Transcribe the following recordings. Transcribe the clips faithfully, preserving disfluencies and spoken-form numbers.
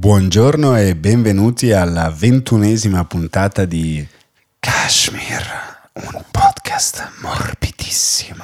Buongiorno e benvenuti alla ventunesima puntata di Kashmir, un podcast morbidissimo.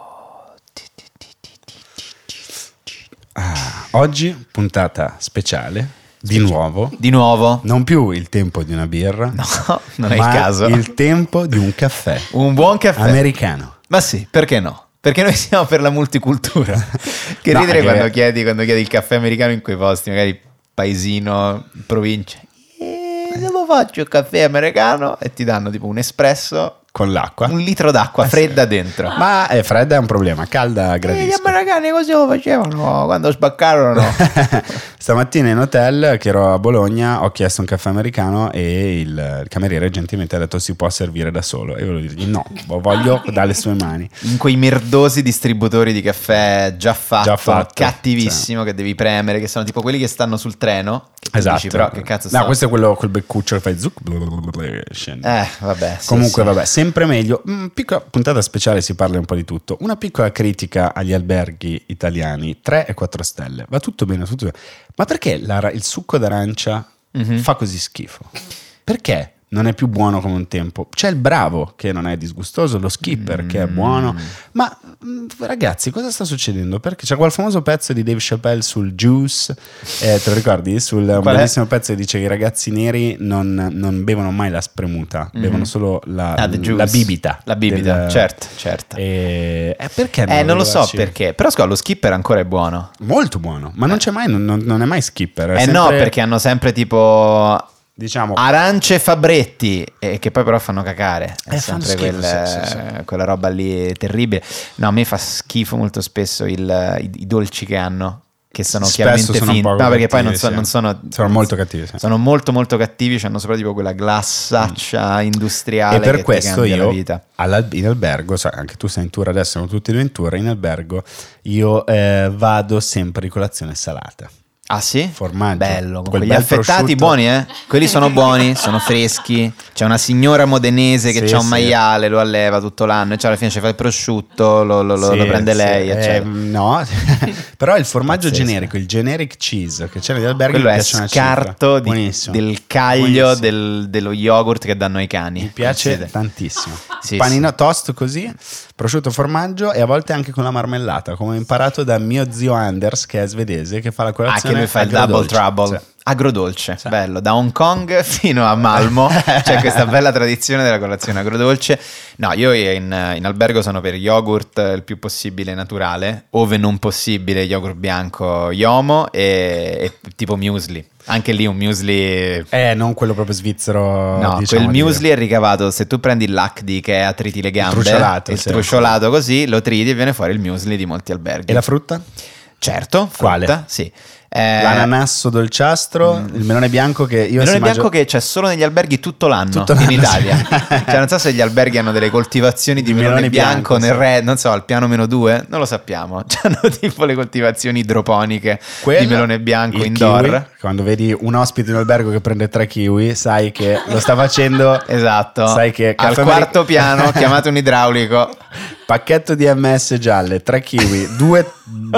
Ah, oggi puntata speciale, di nuovo. Di nuovo? Non più il tempo di una birra. No, non è ma il caso. Il tempo di un caffè. Un buon caffè. Americano. Ma sì, perché no? Perché noi siamo per la multicultura. Che No, ridere che- quando chiedi, quando chiedi il caffè americano in quei posti, magari paesino, provincia. Eh, dove faccio il caffè americano? E ti danno tipo un espresso, Con l'acqua. un litro d'acqua Eh, fredda sì. dentro. Ma è fredda è un problema, calda E gli gradisco. americani così lo facevano quando spaccarono. Stamattina in hotel, che ero a Bologna, ho chiesto un caffè americano e il, il cameriere gentilmente ha detto si può servire da solo. E io volevo dirgli no, lo voglio dalle sue mani. In quei merdosi distributori di caffè già fatto, Già fatto, cattivissimo, che devi premere, che sono tipo quelli che stanno sul treno. Che tu Esatto. dici, però che cazzo No, sto- questo è quello col beccuccio che fai zuc, blablabla, scende. Eh, vabbè. sì, Comunque, sì. vabbè, sempre meglio. Mm, piccola puntata speciale, si parla un po' di tutto. Una piccola critica agli alberghi italiani, tre e quattro stelle. Va tutto bene, tutto bene. Ma perché la- il succo d'arancia Mhm. fa così schifo? Perché non è più buono come un tempo? C'è il Bravo che non è disgustoso, lo Skipper che è buono. Ma mm, ragazzi, cosa sta succedendo? Perché c'è quel famoso pezzo di Dave Chappelle sul Juice, eh, te lo ricordi? Sul un Qual è? bellissimo pezzo che dice che i ragazzi neri non, non bevono mai la spremuta, bevono solo la, Ah, the la juice. bibita. La bibita, del- certo, certo. E, eh, perché Eh, non lo so arrivarci? perché. Però scusa, lo skipper ancora è buono. Molto buono, ma non c'è mai, non, non- non è mai Skipper. È Eh no, sempre, perché hanno sempre tipo diciamo arance Fabretti, e che poi però fanno cacare. È Eh, fanno sempre schifo, quel- sì, sì, sì. quella roba lì terribile. No, a me fa schifo molto spesso il- i, i dolci che hanno, che sono Spesso chiaramente sono un finti. po' No, perché poi non, cattivi, so- sì. non sono... Sono molto cattivi, sì. Sono molto molto cattivi, hanno sopra tipo quella glassaccia industriale E per che ti questo cambia la io vita. all'al- in albergo, sai, anche tu sei in tour adesso, siamo tutti e due in tour, in albergo io eh, vado sempre di colazione salata. Ah sì? Formaggio. Bello, con Quel quegli bel affettati prosciutto. buoni, eh? Quelli sono buoni, sono freschi. C'è una signora modenese che Sì, c'ha un sì. maiale, lo alleva tutto l'anno e cioè alla fine ci fa il prosciutto, lo, lo- lo- Sì, lo prende sì, lei, eh, eccetera. no, però il formaggio Pazzesco. generico, il generic cheese che c'è negli alberghi Quello mi è piace una cifra. scarto di- Buonissimo. del caglio Buonissimo. del- dello yogurt che danno ai cani. Mi piace Siete? tantissimo. Sì, Panino toast così, prosciutto formaggio e a volte anche con la marmellata, come ho imparato da mio zio Anders che è svedese, che fa la Ah, colazione. che lui fa il double agrodolce. trouble. Sì. Agrodolce, bello, da Hong Kong fino a Malmo c'è questa bella tradizione della colazione agrodolce. No, io in, in albergo sono per yogurt il più possibile naturale, ove non possibile yogurt bianco Yomo e, e tipo muesli. Anche lì un muesli... Eh, non quello proprio svizzero. No, diciamo, quel di- muesli è ricavato, se tu prendi il lac di che a triti le gambe, truciolato, il sì. truciolato così, lo triti e viene fuori il muesli di molti alberghi. E la frutta? Certo, Quale? frutta, sì. Eh, L'ananasso dolciastro, il melone bianco che io Il melone si bianco mangio- che c'è solo negli alberghi tutto l'anno, Tutto in l'anno, Italia. sì. Cioè, non so se gli alberghi hanno delle coltivazioni di, Di melone, melone bianco, bianco, nel sì. re, non so, al piano meno due, non lo sappiamo. Hanno tipo le coltivazioni idroponiche Quello, di melone bianco il indoor. kiwi, quando vedi un ospite in albergo che prende tre kiwi, sai che lo sta facendo. Esatto. Sai che al caffè quarto ameri- piano, chiamate un idraulico. Pacchetto di M S gialle, tre kiwi, due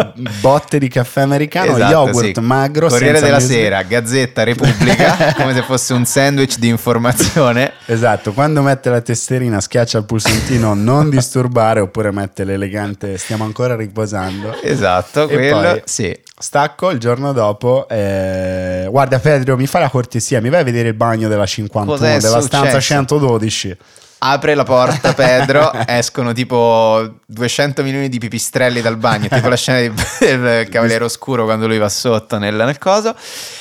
botte di caffè americano, Esatto, yogurt sì. magro, Corriere senza della muesli. Sera, Gazzetta Repubblica, come se fosse un sandwich di informazione. Esatto, quando mette la tesserina schiaccia il pulsantino non disturbare oppure mette l'elegante stiamo ancora riposando. Esatto, E quello, poi sì. Stacco il giorno dopo. eh, Guarda Pedro, mi fa la cortesia, mi vai a vedere il bagno della cinquantuno, Cos'è della stanza successo? centododici. Apre la porta Pedro, escono tipo duecento milioni di pipistrelli dal bagno, tipo la scena di- del Cavaliere Oscuro quando lui va sotto nel, nel coso.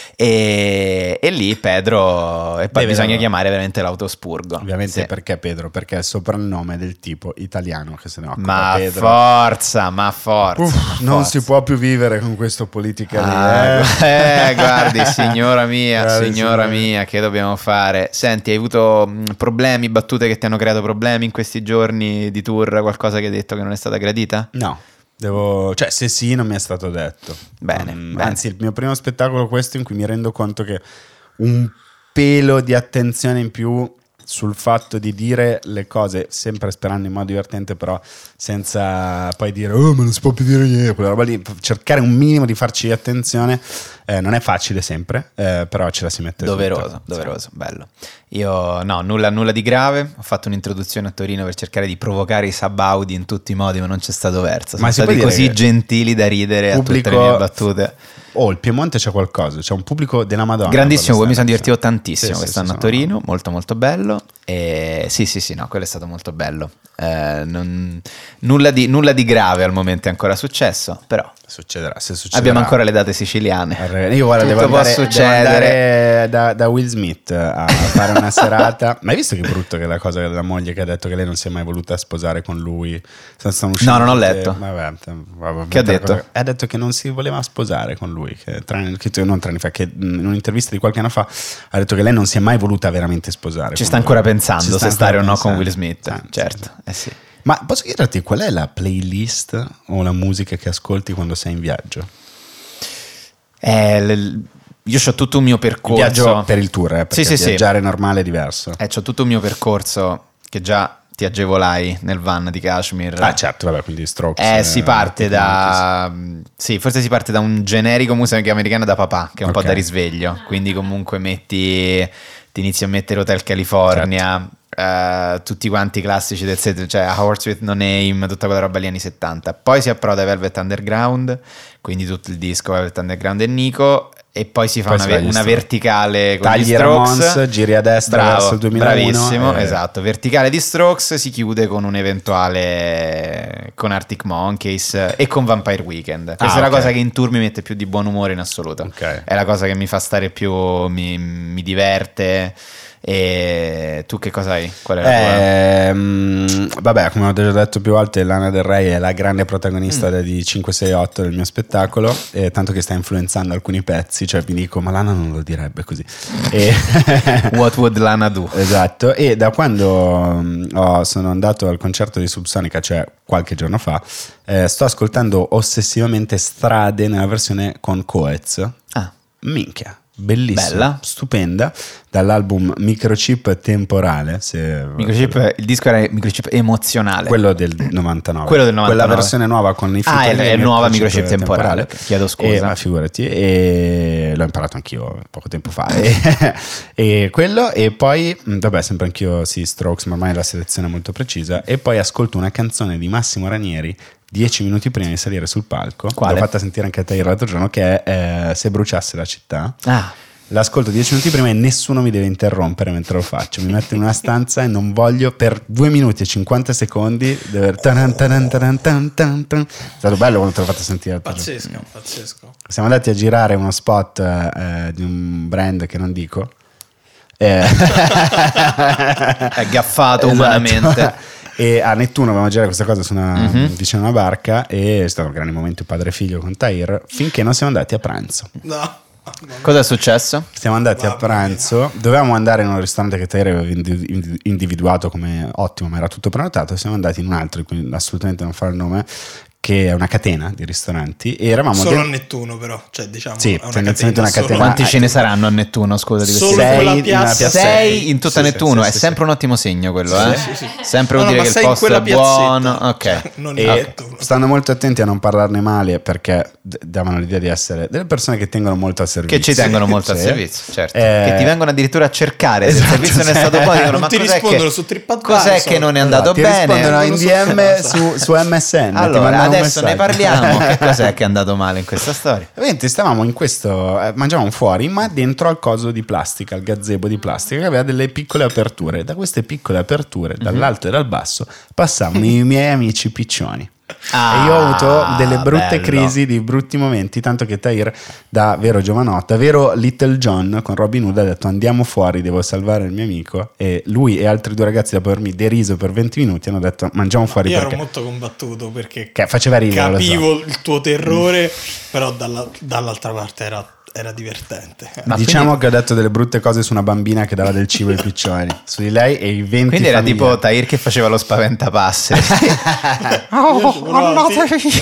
E, e lì Pedro, e poi Deve bisogna lavorare. chiamare veramente l'autospurgo. Ovviamente Sì. perché Pedro? Perché è il soprannome del tipo italiano che se ne occupa. Ma Pedro. forza, ma forza, Uff, ma non forza. si può più vivere con questa politica Ah, lì. gu- eh, guardi, signora mia, Guardi, signora signora. mia, che dobbiamo fare? Senti, hai avuto mh, problemi, battute che ti hanno creato problemi in questi giorni di tour? Qualcosa che hai detto che non è stata gradita? No, devo, cioè se sì non mi è stato detto. Bene, Mm, bene. Anzi, il mio primo spettacolo è questo in cui mi rendo conto che un pelo di attenzione in più sul fatto di dire le cose sempre sperando in modo divertente, però senza poi dire oh ma non si può più dire niente, quella roba lì, cercare un minimo di farci attenzione. Eh, non è facile sempre, eh, però ce la si mette doveroso, tutta. doveroso, bello. Io no, nulla, nulla di grave. Ho fatto un'introduzione a Torino per cercare di provocare i Sabaudi in tutti i modi, ma non c'è stato verso. Sono Ma si stati può dire così che gentili da ridere pubblico- a tutte le mie battute. Oh, il Piemonte c'è qualcosa, c'è un pubblico della Madonna. Grandissimo, quando mi sono sta- divertito tantissimo Sì, sì, quest'anno sì, a Torino, molto molto bello. E sì, sì, sì, no, quello è stato molto bello. Eh, non- nulla, di, nulla di grave al momento è ancora successo, però Succederà, se succederà. abbiamo ancora le date siciliane. Io guarda, Tutto devo può andare, devo succedere. andare da, da Will Smith a fare una serata. Ma hai visto che brutto che è la cosa della moglie che ha detto che lei non si è mai voluta sposare con lui? Stanno uscendo No, non ho tutte- letto. Vabbè, vabbè, Che ha detto? cosa- Ha detto che non si voleva sposare con lui, che tre anni- che non tre anni fa, che in un'intervista di qualche anno fa ha detto che lei non si è mai voluta veramente sposare. Ci con sta lui. ancora pensando Ci sta se stare o ancora no con pensando. Will Smith, Ah, sì, certo. sì. Eh sì. Ma posso chiederti qual è la playlist o la musica che ascolti quando sei in viaggio? Eh, l- io ho tutto un mio In percorso. viaggio per il tour, eh, perché Sì, sì, sì. viaggiare normale è diverso. Eh, c'ho tutto un mio percorso che già ti agevolai nel van di Kashmir. Ah, certo, vabbè, quindi Strokes. Eh, si parte eh, da sì, forse si parte da un generico musica americana da papà, che è un Ok. po' da risveglio, quindi comunque metti ti inizi a mettere Hotel California, eh, tutti quanti i classici del set, cioè A Horse with No Name, tutta quella roba lì anni settanta. Poi si approda ai Velvet Underground, quindi tutto il disco Velvet Underground e Nico, e poi si fa Poi una, si va ve- agli una Strokes. verticale con Tagli gli Strokes, Ramones, giri a destra Bravo, verso il duemilauno, bravissimo, e- esatto, verticale di Strokes, si chiude con un eventuale con Arctic Monkeys e con Vampire Weekend. Questa Ah, è la ok. cosa che in tour mi mette più di buon umore in assoluto. Ok. È la cosa che mi fa stare più, mi, mi diverte. E tu che cosa hai? Qual è la tua? Ehm, vabbè, come ho già detto più volte, Lana Del Rey è la grande protagonista Mm. di cinque sei otto del mio spettacolo, e tanto che sta influenzando alcuni pezzi, cioè mi dico ma Lana non lo direbbe così. E What would Lana do? Esatto, e da quando mm, ho- sono andato al concerto di Subsonica, cioè qualche giorno fa, eh, sto ascoltando ossessivamente Strade nella versione con Coez. Ah, Minchia, bellissima, Bella. stupenda, dall'album Microchip Temporale. Se Microchip, il disco era Microchip emozionale. quello del novantanove, Quello del novantanove. quella versione nuova con i Ah, filtri è- è del nuova Microchip Temporale. Chiedo scusa. E, ma figurati, e l'ho imparato anch'io poco tempo fa. e, e quello, e poi mh, vabbè, sempre anch'io sì, Strokes, ma ormai la selezione è molto precisa. E poi ascolto una canzone di Massimo Ranieri dieci minuti prima di salire sul palco. Quale? L'ho fatta sentire anche a te l'altro giorno, che è eh, Se bruciasse la città. Ah, L'ascolto dieci minuti prima e nessuno mi deve interrompere mentre lo faccio. Mi metto in una stanza e non voglio per due minuti e cinquanta secondi dover taran taran taran tan tan tan. È stato bello quando te l'ho fatto sentire l'altro giorno. Pazzesco, pazzesco. Siamo andati a girare uno spot eh, di un brand che non dico. Eh, è gaffato esatto. umanamente. E a Nettuno avevamo girato questa cosa su una, Mhm. vicino a una barca, e è stato un grande momento padre e figlio con Tahir, finché non siamo andati a pranzo. No. Cosa è successo? Siamo andati a Mamma pranzo, dovevamo andare in un ristorante che Tahir aveva indi- individuato come ottimo, ma era tutto prenotato. Siamo andati in un altro, quindi assolutamente non fare il nome, che è una catena di ristoranti, e eravamo Solo de- a Nettuno però, cioè diciamo Sì, è una tendenzialmente una solo- catena. Quanti Ah, ce ne eh, saranno a Nettuno? Scusa, di questi Solo sei quella in una piazza, piazza. sei in tutta Sì, sì, Nettuno, sì, è sì, sempre un ottimo segno quello, Sì, eh? sì, sì. Sempre No, vuol no, dire ma che il sei in posto quella è piazzetta, buono. Ok. cioè, non E in Nettuno. stanno molto attenti a non parlarne male, perché d- davano l'idea di essere delle persone che tengono molto al servizio. Che ci tengono molto al Sì. servizio, certo. Eh, Che ti vengono addirittura a cercare se esatto, il servizio non è sì. stato buono, dicono, Non ma ti cos'è rispondono che, su TripAdvisor, cos'è che non è andato Ti bene? rispondono in Vengono D M su- su, su M S N. ti Allora, mandano un adesso ne messaggio. parliamo. Che cos'è che è andato male in questa storia? Ovviamente stavamo in questo, eh, mangiavamo fuori, ma dentro al coso di plastica, al gazebo di plastica, che aveva delle piccole aperture. Da queste piccole aperture, dall'alto e dal basso, passavano i miei amici piccioni. Ah, e io ho avuto delle brutte bello. crisi, di brutti momenti, tanto che Tahir, da vero giovanotto, da vero Little John con Robin Hood, ha detto andiamo fuori, devo salvare il mio amico, e lui e altri due ragazzi, dopo avermi deriso per venti minuti, hanno detto mangiamo fuori, Io perché ero molto combattuto perché che faceva ridere, lo so. capivo il tuo terrore, però dalla- dall'altra parte era, era divertente. Ma diciamo quindi- che ho detto delle brutte cose su una bambina che dava del cibo ai piccioni, su di lei e i venti Quindi era familiari. tipo Tahir che faceva lo spaventapasseri. Oh,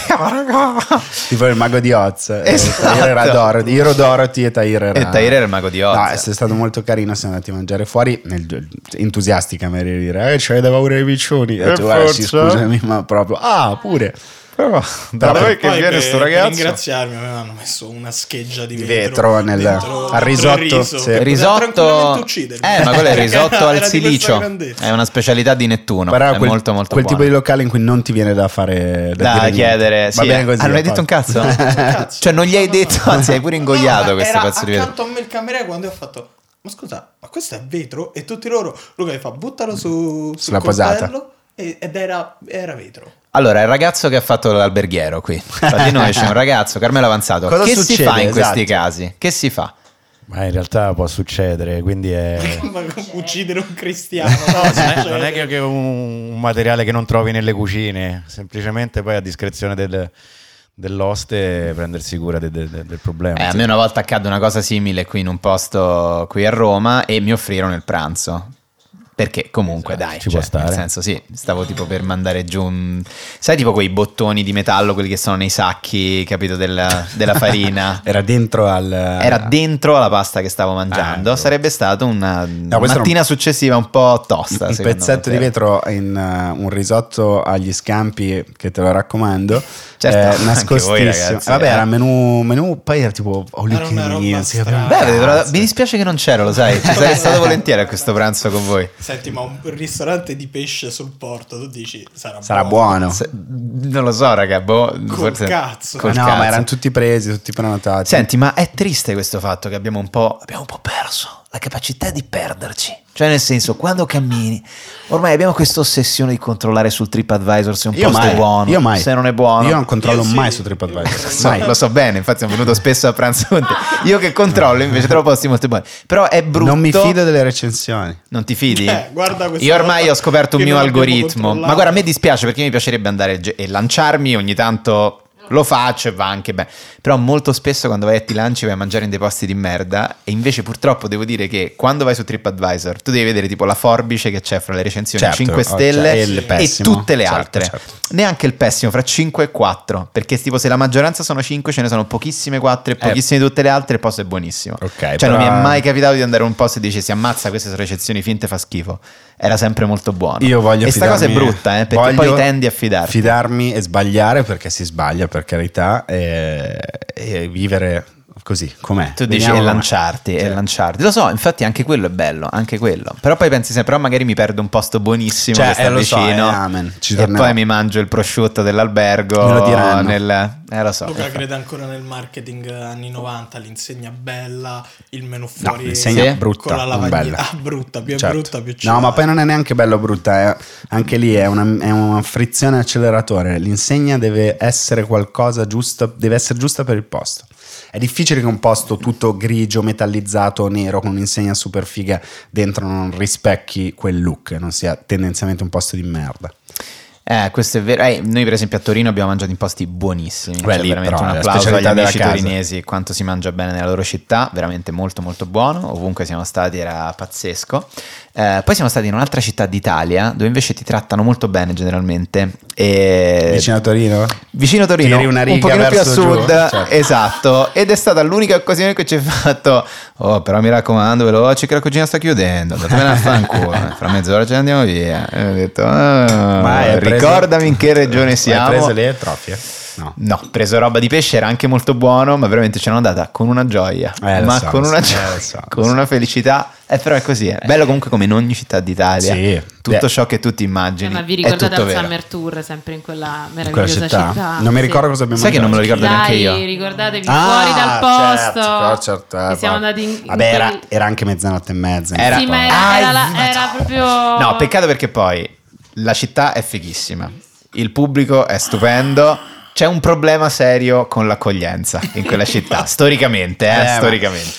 Tipo il mago di Oz. Esatto. Tahir era Dorothy, io ero Dorothy e Tahir era... E Tahir era il mago di Oz. No, è stato molto carino, siamo andati a mangiare fuori, nel, entusiasti i camerieri dire, eh, c'hai da paura ai piccioni. E Per tu, "Guarda, sì, forza." scusami, ma proprio, ah, pure. Però, da Però noi che Poi viene per- sto per ragazzo. ringraziarmi mi hanno messo una scheggia di Di vetro, vetro nel- dentro- al dentro il risotto, riso. sì. Poteva Risotto, tranquillamente uccidermi. eh, ma quello è il risotto Era al di questa silicio. grandezza. È una specialità di Nettuno. Però è quel, molto, molto quel buono. tipo di locale in cui non ti viene da fare da, da dire chiedere. niente. Va Sì, bene così. ah, non hai a detto un posto. cazzo? Cazzo. Cioè, non gli hai detto, anzi, hai pure ingoiato No, ma questo era pezzo di vetro. accanto a me il cameriere quando io ho fatto ma scusa, ma questo è vetro? E tutti loro Luca mi fa buttalo su, sul Sulla posata. coltello e- ed era, era vetro. Allora, il ragazzo che ha fatto l'alberghiero qui. Tra di noi c'è un ragazzo, Carmelo Avanzato. Cosa che si succede? fa in questi Esatto. casi? Che si fa? Ma in realtà può succedere, quindi è... Ma uccidere un cristiano No, non è, Cioè, non è che che un, un materiale che non trovi nelle cucine, semplicemente poi a discrezione del, dell'oste prendersi cura de- de- de- del problema. Eh, a me una volta accadde una cosa simile qui in un posto qui a Roma e mi offrirono il pranzo. Perché comunque Esatto, dai, ci cioè, può stare. nel senso sì, stavo tipo per mandare giù un... Sai tipo quei bottoni di metallo, quelli che sono nei sacchi, capito, della, della farina? Era dentro al... Era dentro alla pasta che stavo mangiando. Ah, Sarebbe stata una questo era mattina un- successiva un po' tosta. un secondo pezzetto me. di vetro in uh, un risotto agli scampi che te lo raccomando. Certo, eh, anche voi, nascostissimo. ragazzi, Vabbè, eh. era menù, menù, poi era tipo all you Era can una roba eat, si capiva un strana. Beh, avete trovato- cazzo. mi dispiace che non c'ero, lo sai. Ci sarei stato volentieri a questo pranzo con voi. Senti, ma un ristorante di pesce sul porto, tu dici sarà, Sarà buono. Se- non lo so, raga. Boh, forse- cazzo. col no, cazzo. ma erano tutti presi, tutti prenotati. Senti, ma è triste questo fatto che abbiamo un po', abbiamo un po' perso la capacità di perderci. Cioè, nel senso, quando cammini, ormai abbiamo questa ossessione di controllare sul TripAdvisor se un Io posto mai, è buono, io mai. se non è buono. Io non controllo Io sì. mai su TripAdvisor. So- Mai. lo so bene, infatti sono venuto spesso a pranzo con te. Io che controllo invece trovo posti molto buoni. Però è brutto. Non mi fido delle recensioni. Non ti fidi? Eh, guarda questa Io ormai roba ho scoperto un che mio non abbiamo algoritmo. controllato. Ma guarda, a me dispiace perché mi piacerebbe andare ge- e lanciarmi ogni tanto. Lo faccio e va anche bene. Però molto spesso quando vai e ti lanci vai a mangiare in dei posti di merda. E invece purtroppo devo dire che quando vai su TripAdvisor tu devi vedere tipo la forbice che c'è fra le recensioni Certo, cinque oh, stelle cioè, e il e pessimo. tutte le Certo, altre. certo. Neanche il pessimo, fra cinque e quattro. Perché tipo se la maggioranza sono cinque ce ne sono pochissime quattro e pochissime tutte le altre, il posto è buonissimo. Ok, cioè però- non mi è mai capitato di andare a un posto e dici si ammazza, queste sono recensioni finte, fa schifo. Era sempre molto buono. Io voglio e sta cosa è fidarmi- brutta, eh, perché voglio poi tendi a fidarti. Fidarmi e sbagliare perché si sbaglia, per carità, e, e vivere così com'è. Tu dici Vediamo e com'è. lanciarti, e Cioè, lanciarti. Lo so, infatti anche quello è bello, anche quello. Però poi pensi sempre, però magari mi perdo un posto buonissimo Cioè, che sta eh, lo so, vicino. eh, amen. Ci e tornerò. poi mi mangio il prosciutto dell'albergo. Me lo diranno. Nel, eh, lo so. Luca crede ancora nel marketing anni novanta, l'insegna bella, il menù fuori l'insegna Sì. brutta, con la non lavagna. bella. Ah, brutta, più è Certo. brutta più ci No, va. ma poi non è neanche bello o brutta, è- anche lì è una, è una frizione acceleratore. L'insegna deve essere qualcosa giusto, deve essere giusta per il posto. È difficile che un posto tutto grigio, metallizzato, nero, con un'insegna super figa dentro non rispecchi quel look, non sia tendenzialmente un posto di merda. Eh, questo è vero. Eh, noi, per esempio, a Torino abbiamo mangiato in posti buonissimi. Beh, Cioè, lì, veramente però, un è la applauso agli specialità della amici casa. torinesi. Quanto si mangia bene nella loro città, veramente molto, molto buono. Ovunque siamo stati era pazzesco. Eh, poi siamo stati in un'altra città d'Italia dove invece ti trattano molto bene generalmente. E... Vicino a Torino? Vicino Torino, Tiri una un riga pochino più a verso giù, sud, certo. esatto. Ed è stata l'unica occasione in cui ci hai fatto: oh, però mi raccomando, veloce, che la cucina sta chiudendo. Andatevene a fanculo. Fra mezz'ora ce ne andiamo via. E ho detto: ah, Ma hai preso- ricordami in che regione siamo. Hai preso le trofie? No. No, ho preso roba di pesce, era anche molto buono, ma veramente ce l'ho andata con una gioia. Eh, lo ma so, con lo una so, gioia, eh, lo so, lo con so. una felicità. Eh, però è così. È bello comunque come in ogni città d'Italia. Sì. Tutto Beh. ciò che tu ti Eh, immagini. ma vi è ricordate tutto al vero. Summer Tour sempre in quella In quella meravigliosa città? città? Non mi Sì. ricordo cosa abbiamo Sai che non me lo mangiato. ricordo neanche Dai, io. ricordatevi Ah, fuori dal posto. certo, certo, eh, che siamo vabbè. andati in, in Vabbè, era, quel- era anche mezzanotte e mezza. Era- Sì, ma infatti. era, Ah, era, il- la- era proprio No, peccato perché poi la città è fighissima, il pubblico è stupendo, c'è un problema serio con l'accoglienza in quella città, storicamente, eh, Eh, ma- storicamente.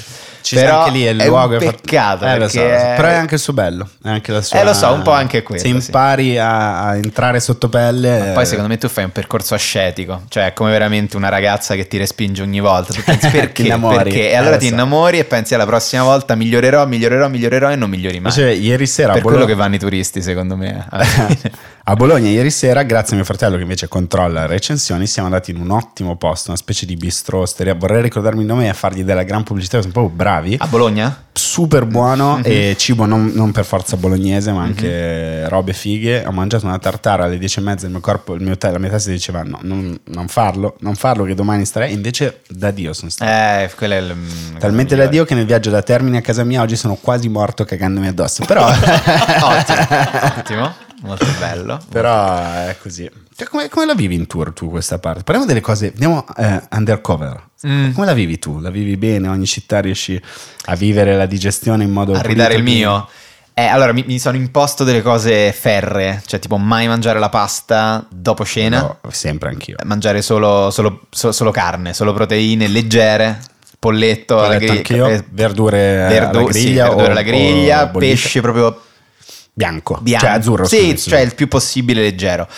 Ci Però sta anche lì è il è luogo. un è fatto- peccato, Eh, lo so, perché- lo so. Però è anche il suo bello. È anche la sua... Eh, lo so, un po' anche quello, Se sì. impari a, a entrare sotto pelle. Ma poi secondo me tu fai un percorso ascetico, cioè è come veramente una ragazza che ti respinge ogni volta. Tu pensi perché? Ti innamori. Perché? E Eh, allora lo ti so. innamori e pensi alla prossima volta migliorerò, migliorerò, migliorerò e non migliori mai. Cioè, ieri sera per a Bologna- quello che vanno i turisti, secondo me. alla fine. A Bologna ieri sera, grazie a mio fratello che invece controlla le recensioni, siamo andati in un ottimo posto, una specie di bistro osteria. Vorrei ricordarmi il nome e fargli della gran pubblicità, sono proprio bravi. A Bologna? Super buono Mhm. e cibo non, non per forza bolognese, ma anche robe fighe. Ho mangiato una tartara alle dieci e mezza, il mio corpo, il mio te- la mia testa diceva no, non, non farlo, non farlo che domani starei. Invece da Dio sono stato. Eh, quello è il, Talmente da Dio che nel viaggio da Termini a casa mia oggi sono quasi morto cagandomi addosso. Però, Ottimo, ottimo, molto bello. però è così. Cioè, come, come la vivi in tour tu questa parte? Parliamo delle cose, andiamo eh, undercover. Mm. Come la vivi tu? La vivi bene? Ogni città riesci a vivere la digestione in modo A ridare il pulito? mio. Eh, allora mi, mi sono imposto delle cose ferree, cioè tipo mai mangiare la pasta dopo cena, No, sempre anch'io. mangiare solo, solo, so- solo carne, solo proteine leggere, polletto alla Ho detto griglia, anch'io, verdure verdu- alla sì, griglia, verdure o- alla griglia, o bollite. pesce proprio bianco, bianco, cioè azzurro. sì, scusi, cioè il più possibile leggero.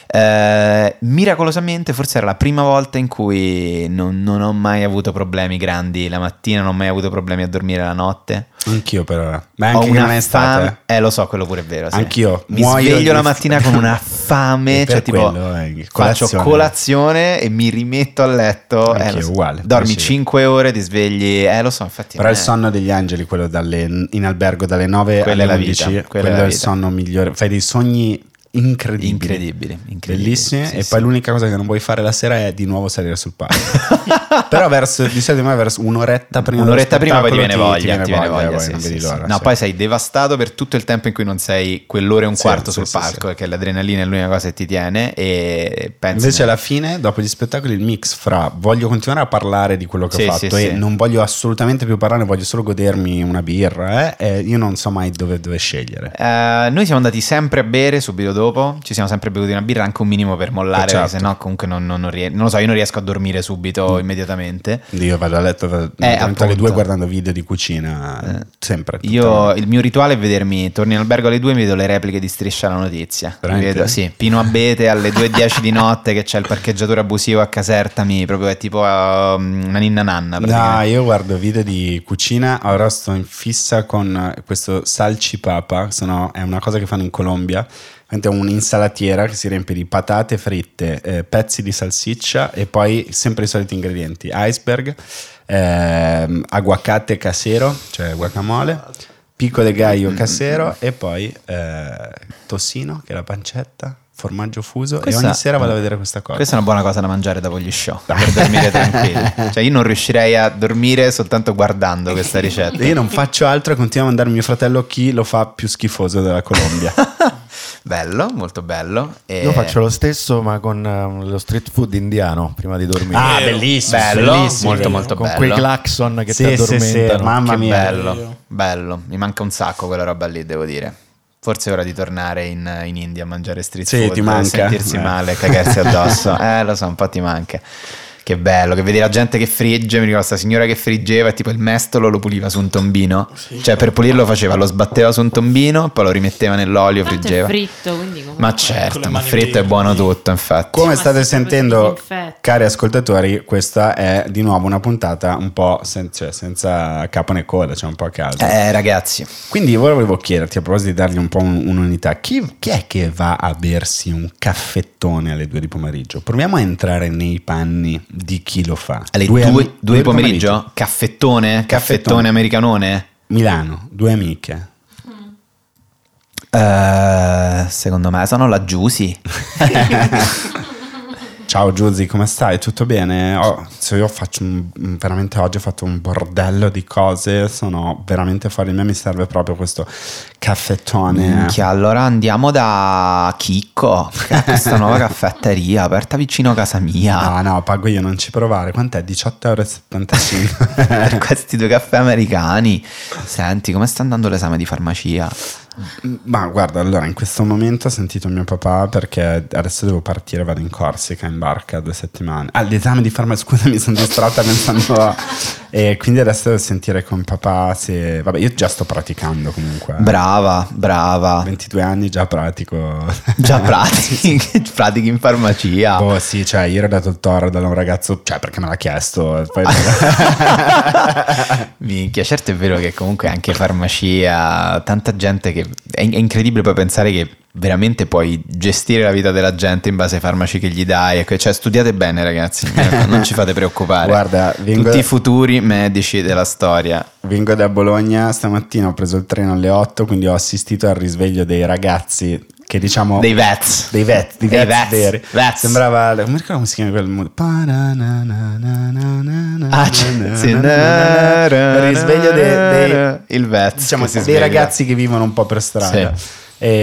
Eh, miracolosamente forse era la prima volta in cui non, non ho mai avuto problemi grandi la mattina, non ho mai avuto problemi a dormire la notte. Anch'io per ora. Ma Ho anche che una non è estate. fame, eh lo so, quello pure è vero, sì. Anch'io mi muoio sveglio di- la mattina con una fame, E per cioè tipo quello, eh, faccio colazione. colazione e mi rimetto a letto, eh, Anch'io, lo so. uguale, dormi sì, sì. cinque ore, ti svegli, eh lo so, infatti Però a il me- sonno degli angeli, quello dalle, in albergo dalle nove Quella alle è la undici, vita, quella quello è è, la il vita. sonno migliore. Fai dei sogni incredibili, incredibili, incredibili. bellissimi. Sì, e sì. poi l'unica cosa che non vuoi fare la sera è di nuovo salire sul palco. Però verso di solito mai verso un'oretta prima Un'oretta dello prima poi ti viene spettacolo voglia, ti viene voglia, poi sì, non sì, vedi sì. l'ora, No, sì. poi sei devastato per tutto il tempo in cui non sei quell'ora e un Sì, quarto sì, sul sì, palco, sì. perché l'adrenalina è l'unica cosa che ti tiene e pensi Invece alla fine, dopo gli spettacoli, il mix fra voglio continuare a parlare di quello che Sì, ho fatto sì, e sì. non voglio assolutamente più parlare, voglio solo godermi una birra, eh, e io non so mai dove, dove scegliere. Eh, noi siamo andati sempre a bere subito dopo, ci siamo sempre bevuti una birra, anche un minimo per mollare, Eh, certo. se no comunque non, non, non rie- non lo so, io non riesco a dormire subito immediatamente. Io vado a letto da- Eh, veramente alle appunto. due guardando video di cucina, sempre. tutta la Io notte. il mio rituale è vedermi, torni in albergo alle due e mi vedo le repliche di Striscia la Notizia. Mi Veramente? vedo, sì, Pino Abete alle due e dieci di notte che c'è il parcheggiatore abusivo a Caserta, mi proprio è tipo uh, una ninna nanna. No, praticamente. io guardo video di cucina, ora sto in fissa con questo salchipapa, sono, è una cosa che fanno in Colombia, è un'insalatiera che si riempie di patate fritte, eh, pezzi di salsiccia e poi sempre i soliti ingredienti, iceberg, ehm, aguacate casero, cioè guacamole, pico de gallo casero e poi eh, tossino, che è la pancetta, formaggio fuso Questa- e ogni sera vado a vedere questa cosa. Questa è una buona cosa da mangiare dopo gli show, per dormire tranquilli. Cioè io non riuscirei a dormire soltanto guardando questa ricetta. Io non faccio altro e continuo a mandare mio fratello chi lo fa più schifoso della Colombia. Bello, molto bello. E- Io faccio lo stesso, ma con ehm, lo street food indiano prima di dormire. Ah, Vero. bellissimo, bello, bellissimo. molto molto con bello. quei clacson che Sì, ti sì, sì, addormentano. mamma Che mia. bello, bello. Mi manca un sacco quella roba lì, devo dire. Forse è ora di tornare in, in India a mangiare street Sì, food, ti manca. sentirsi Eh. male, cagarsi addosso. Eh, lo so, un po' ti manca. Che bello, che vedi la gente che frigge, mi ricordo questa signora che friggeva e tipo il mestolo lo puliva su un tombino. Cioè per pulirlo faceva, lo sbatteva su un tombino, poi lo rimetteva nell'olio, Tanto è friggeva. fritto, quindi comunque... Ma Con certo, le ma mani fritto è verdi. buono tutto, infatti. Come Ma state sì, poi si sentendo, disinfetta. cari ascoltatori, questa è di nuovo una puntata un po' sen- cioè, senza capo né coda, cioè un po' a caso. Eh ragazzi, Quindi ora volevo chiederti, a proposito di dargli un po' un- un'unità, chi, chi è che va a bersi un caffettone alle due di pomeriggio? Proviamo a entrare nei panni di chi lo fa. alle due, ami- due di pomeriggio, caffettone, caffettone americanone? Milano, due amiche. Eh, secondo me sono la Giusy. Ciao Giusy, come stai? Tutto bene? Oh, se io faccio un- veramente oggi ho fatto un bordello di cose, sono veramente fuori di me, mi serve proprio questo caffettone. Minchia, allora andiamo da Chicco, che ha questa nuova caffetteria aperta vicino a casa mia. No, no, pago io, non ci provare. Quant'è? diciotto euro e settantacinque. Per questi due caffè americani. Senti, come sta andando l'esame di farmacia? Ma guarda, allora in questo momento ho sentito mio papà perché adesso devo partire, vado in Corsica in barca due settimane. Ah, l'esame di farmacia, scusa, mi sono distratta pensando a... E quindi adesso devo sentire con papà se... Vabbè, io già sto praticando comunque. Brava, brava. ventidue anni già pratico. Già pratichi, pratichi in farmacia. Oh sì, cioè ieri ho dato il toro da un ragazzo, cioè perché me l'ha chiesto. Poi... Minchia, certo è vero che comunque anche farmacia, tanta gente che... È, è incredibile poi pensare che veramente puoi gestire la vita della gente in base ai farmaci che gli dai. Ecco, cioè studiate bene ragazzi, non ci fate preoccupare. Guarda, vengo... tutti i futuri medici della storia. Vengo da Bologna, stamattina ho preso il treno alle otto, quindi ho assistito al risveglio dei ragazzi che diciamo... Dei vets. Dei vets, dei Dei vets, vets, veri. vets. Sembrava... Come ricordo come si chiama quel... mood? Ah, c'è- sì. Il risveglio dei... dei Il vets. diciamo, che si dei sveglia. ragazzi che vivono un po' per strada. Sì.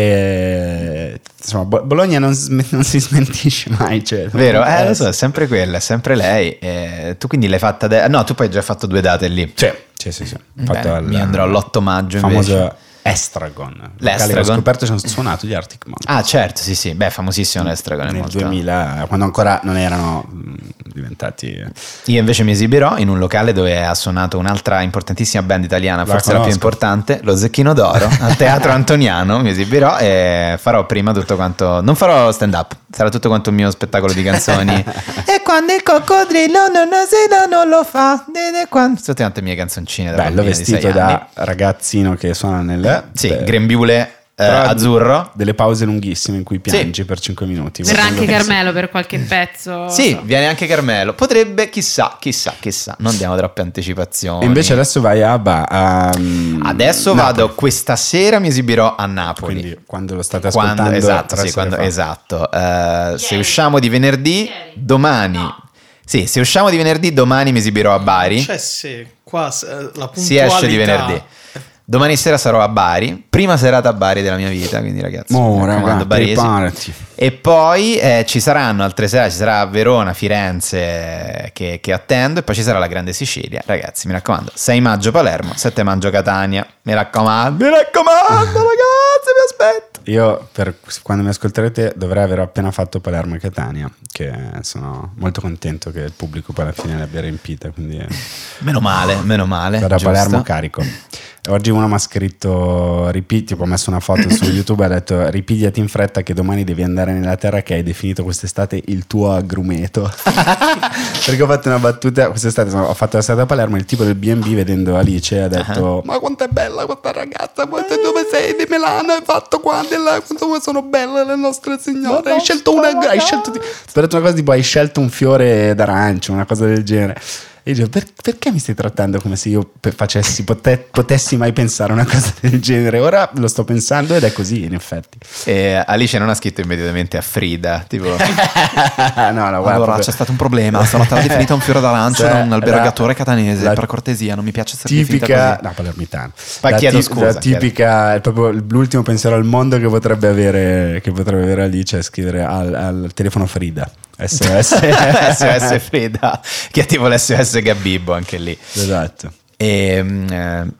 E, insomma, Bo- Bologna non, sm- non si smentisce mai. Cioè, Vero? Eh, lo so, è sempre quella, è sempre lei. Eh, tu quindi l'hai fatta... de- no, tu poi hai già fatto due date lì. Sì, sì, sì. sì. Ho Bene, fatto al- mi andrò l'otto maggio famoso invece. Estragon. L'Estragon? Locale che ho scoperto, ci hanno suonato gli Arctic Monkeys. Ah, certo, sì, sì. Beh, famosissimo l'Estragon. è Nel molto- duemila, quando ancora non erano mh, diventati... Io invece mi esibirò in un locale dove ha suonato un'altra importantissima band italiana, La forse la più conosco. importante, lo Zecchino d'Oro, al Teatro Antoniano. Mi esibirò e farò prima tutto quanto... Non farò stand up, sarà tutto quanto un mio spettacolo di canzoni. E quando il coccodrillo non asina non lo fa, e quando... Tutte quante mie canzoncine da Bello bambina di vestito sei da anni. ragazzino che suona nel... Sì, beh, grembiule eh, però azzurro. delle pause lunghissime in cui piangi per cinque minuti. Verrà anche Guardando- Carmelo per qualche pezzo. Sì, so. viene anche Carmelo. Potrebbe, chissà, chissà, chissà. Non diamo troppe anticipazioni. E invece adesso vai a... Ba- a mm, Adesso Napoli. vado, questa sera mi esibirò a Napoli. Quindi quando lo state ascoltando... Quando, esatto, tre sì, sere quando, fa. esatto. Eh, se Ieri. usciamo di venerdì, Ieri. domani. No. Sì, se usciamo di venerdì, domani mi esibirò a Bari. Cioè sì, qua eh, la puntualità... Si esce di venerdì. Domani sera sarò a Bari, prima serata a Bari della mia vita, quindi ragazzi, Mo, mi raccomando, raga, baresi. preparati. E poi eh, ci saranno altre sere, ci sarà Verona, Firenze che, che attendo, e poi ci sarà la Grande Sicilia. Ragazzi, mi raccomando, sei maggio Palermo, sette maggio Catania, mi raccomando, mi raccomando ragazzi, vi aspetto. Io, per quando mi ascolterete, dovrei aver appena fatto Palermo e Catania, che sono molto contento che il pubblico poi alla fine le abbia riempite, quindi Meno male, meno male. vado a giusto? Palermo carico. Oggi uno mi ha scritto, ripi- tipo, ho messo una foto su YouTube e ha detto ripigliati in fretta che domani devi andare nella terra che hai definito quest'estate il tuo agrumeto. Perché ho fatto una battuta quest'estate, ho fatto l'estate a Palermo, il tipo del B and B vedendo Alice ha detto ma quanto è bella questa ragazza, quanto- dove sei di Milano, hai fatto qua, della, quanto sono belle le nostre signore, hai scelto una, hai scelto di... Spero una cosa tipo hai scelto un fiore d'arancio, una cosa del genere. E dicevo, per- perché mi stai trattando come se io pe- facessi, pote- potessi mai pensare una cosa del genere? Ora lo sto pensando ed è così, in effetti. E Alice non ha scritto immediatamente a Frida, tipo... no, no, guarda, Allora proprio- c'è stato un problema, sono stata definita un fiore d'arancio Cioè, da un albergatore la- catanese, la per cortesia, non mi piace essere definita tipica, così. no, palermitano. Ma La chiedo ti- scusa, la tipica, è proprio l'ultimo pensiero al mondo che potrebbe avere, che potrebbe avere Alice è scrivere al, al telefono Frida. S O S. S O S Frida, che è tipo l'S O S Gabibbo anche lì. Esatto. E, eh,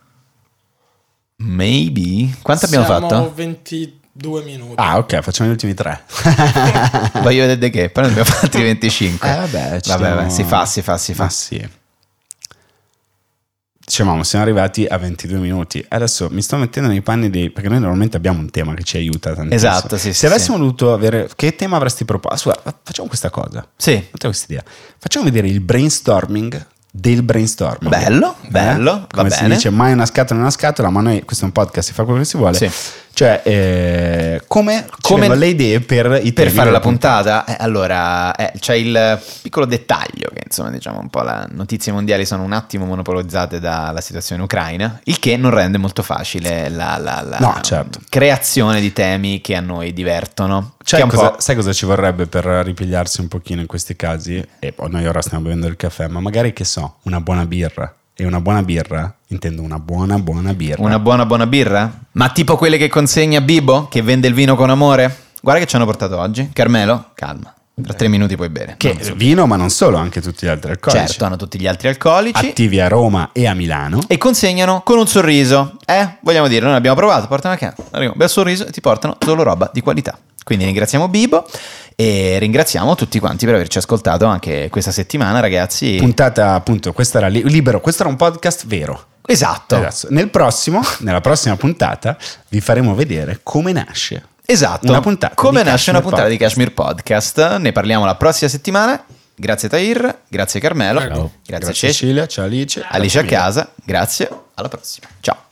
maybe quanto abbiamo Siamo fatto? ventidue minuti. Ah, ok, facciamo gli ultimi tre. Voglio vedere che poi ne abbiamo fatti venticinque. Eh, vabbè, ci vabbè, stiamo- vabbè, si fa, si fa, si fa. Ma sì. Dicevamo, siamo arrivati a ventidue minuti. Adesso mi sto mettendo nei panni dei... Perché noi normalmente abbiamo un tema che ci aiuta tantissimo. Esatto, sì, Se sì, avessimo sì. voluto avere... Che tema avresti proposto? Guarda, facciamo questa cosa. Sì, Facciamo questa idea. Facciamo vedere il brainstorming del brainstorming. Bello, bello, va Come si bene. dice, mai una scatola è una scatola, ma noi, questo è un podcast, si fa quello che si vuole. Sì. Cioè, eh, come, Come- come vengono le idee per i per temi fare della la puntata, eh, allora eh, c'è il piccolo dettaglio che insomma diciamo un po' le notizie mondiali sono un attimo monopolizzate dalla situazione ucraina, il che non rende molto facile la, la- la No, certo. creazione di temi che a noi divertono. Cioè, che è un cosa- po'... sai cosa ci vorrebbe per ripigliarsi un pochino in questi casi? E poi noi ora stiamo bevendo il caffè, ma magari che so, una buona birra. E una buona birra, intendo una buona buona birra. Una buona buona birra? Ma tipo quelle che consegna Bibo, che vende il vino con amore? Guarda che ci hanno portato oggi. Carmelo, calma, tra tre minuti puoi bere. Che Non so. vino, ma non solo, anche tutti gli altri alcolici. Certo, hanno tutti gli altri alcolici. Attivi a Roma e a Milano. E consegnano con un sorriso. Eh, vogliamo dire, noi abbiamo provato, portano a casa, arriva un bel sorriso e ti portano solo roba di qualità. Quindi ringraziamo Bibo E ringraziamo tutti quanti per averci ascoltato anche questa settimana, ragazzi. Puntata, appunto, questa era li- libero, questo era un podcast vero. Esatto. Adesso, nel prossimo, nella prossima puntata, vi faremo vedere come nasce. Esatto. Una puntata Come di nasce una Kashmir puntata di Podcast. Kashmir Podcast. Ne parliamo la prossima settimana. Grazie Tahir, grazie Carmelo, Ciao. grazie, Grazie Ceci, Cecilia, ciao Alice. Alice a casa, grazie, alla prossima. Ciao.